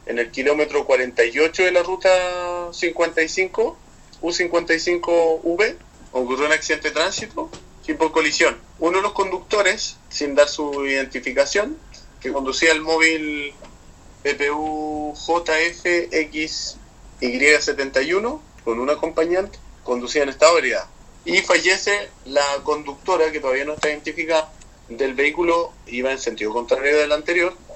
en el kilómetro 48 de la ruta 55, U55V, ocurrió un accidente de tránsito y por colisión. Uno de los conductores, sin dar su identificación, que conducía el móvil PPU JFXY71 con un acompañante, conducía en estado de ebriedad. Y fallece la conductora, que todavía no está identificada, del vehículo, iba en sentido contrario del anterior,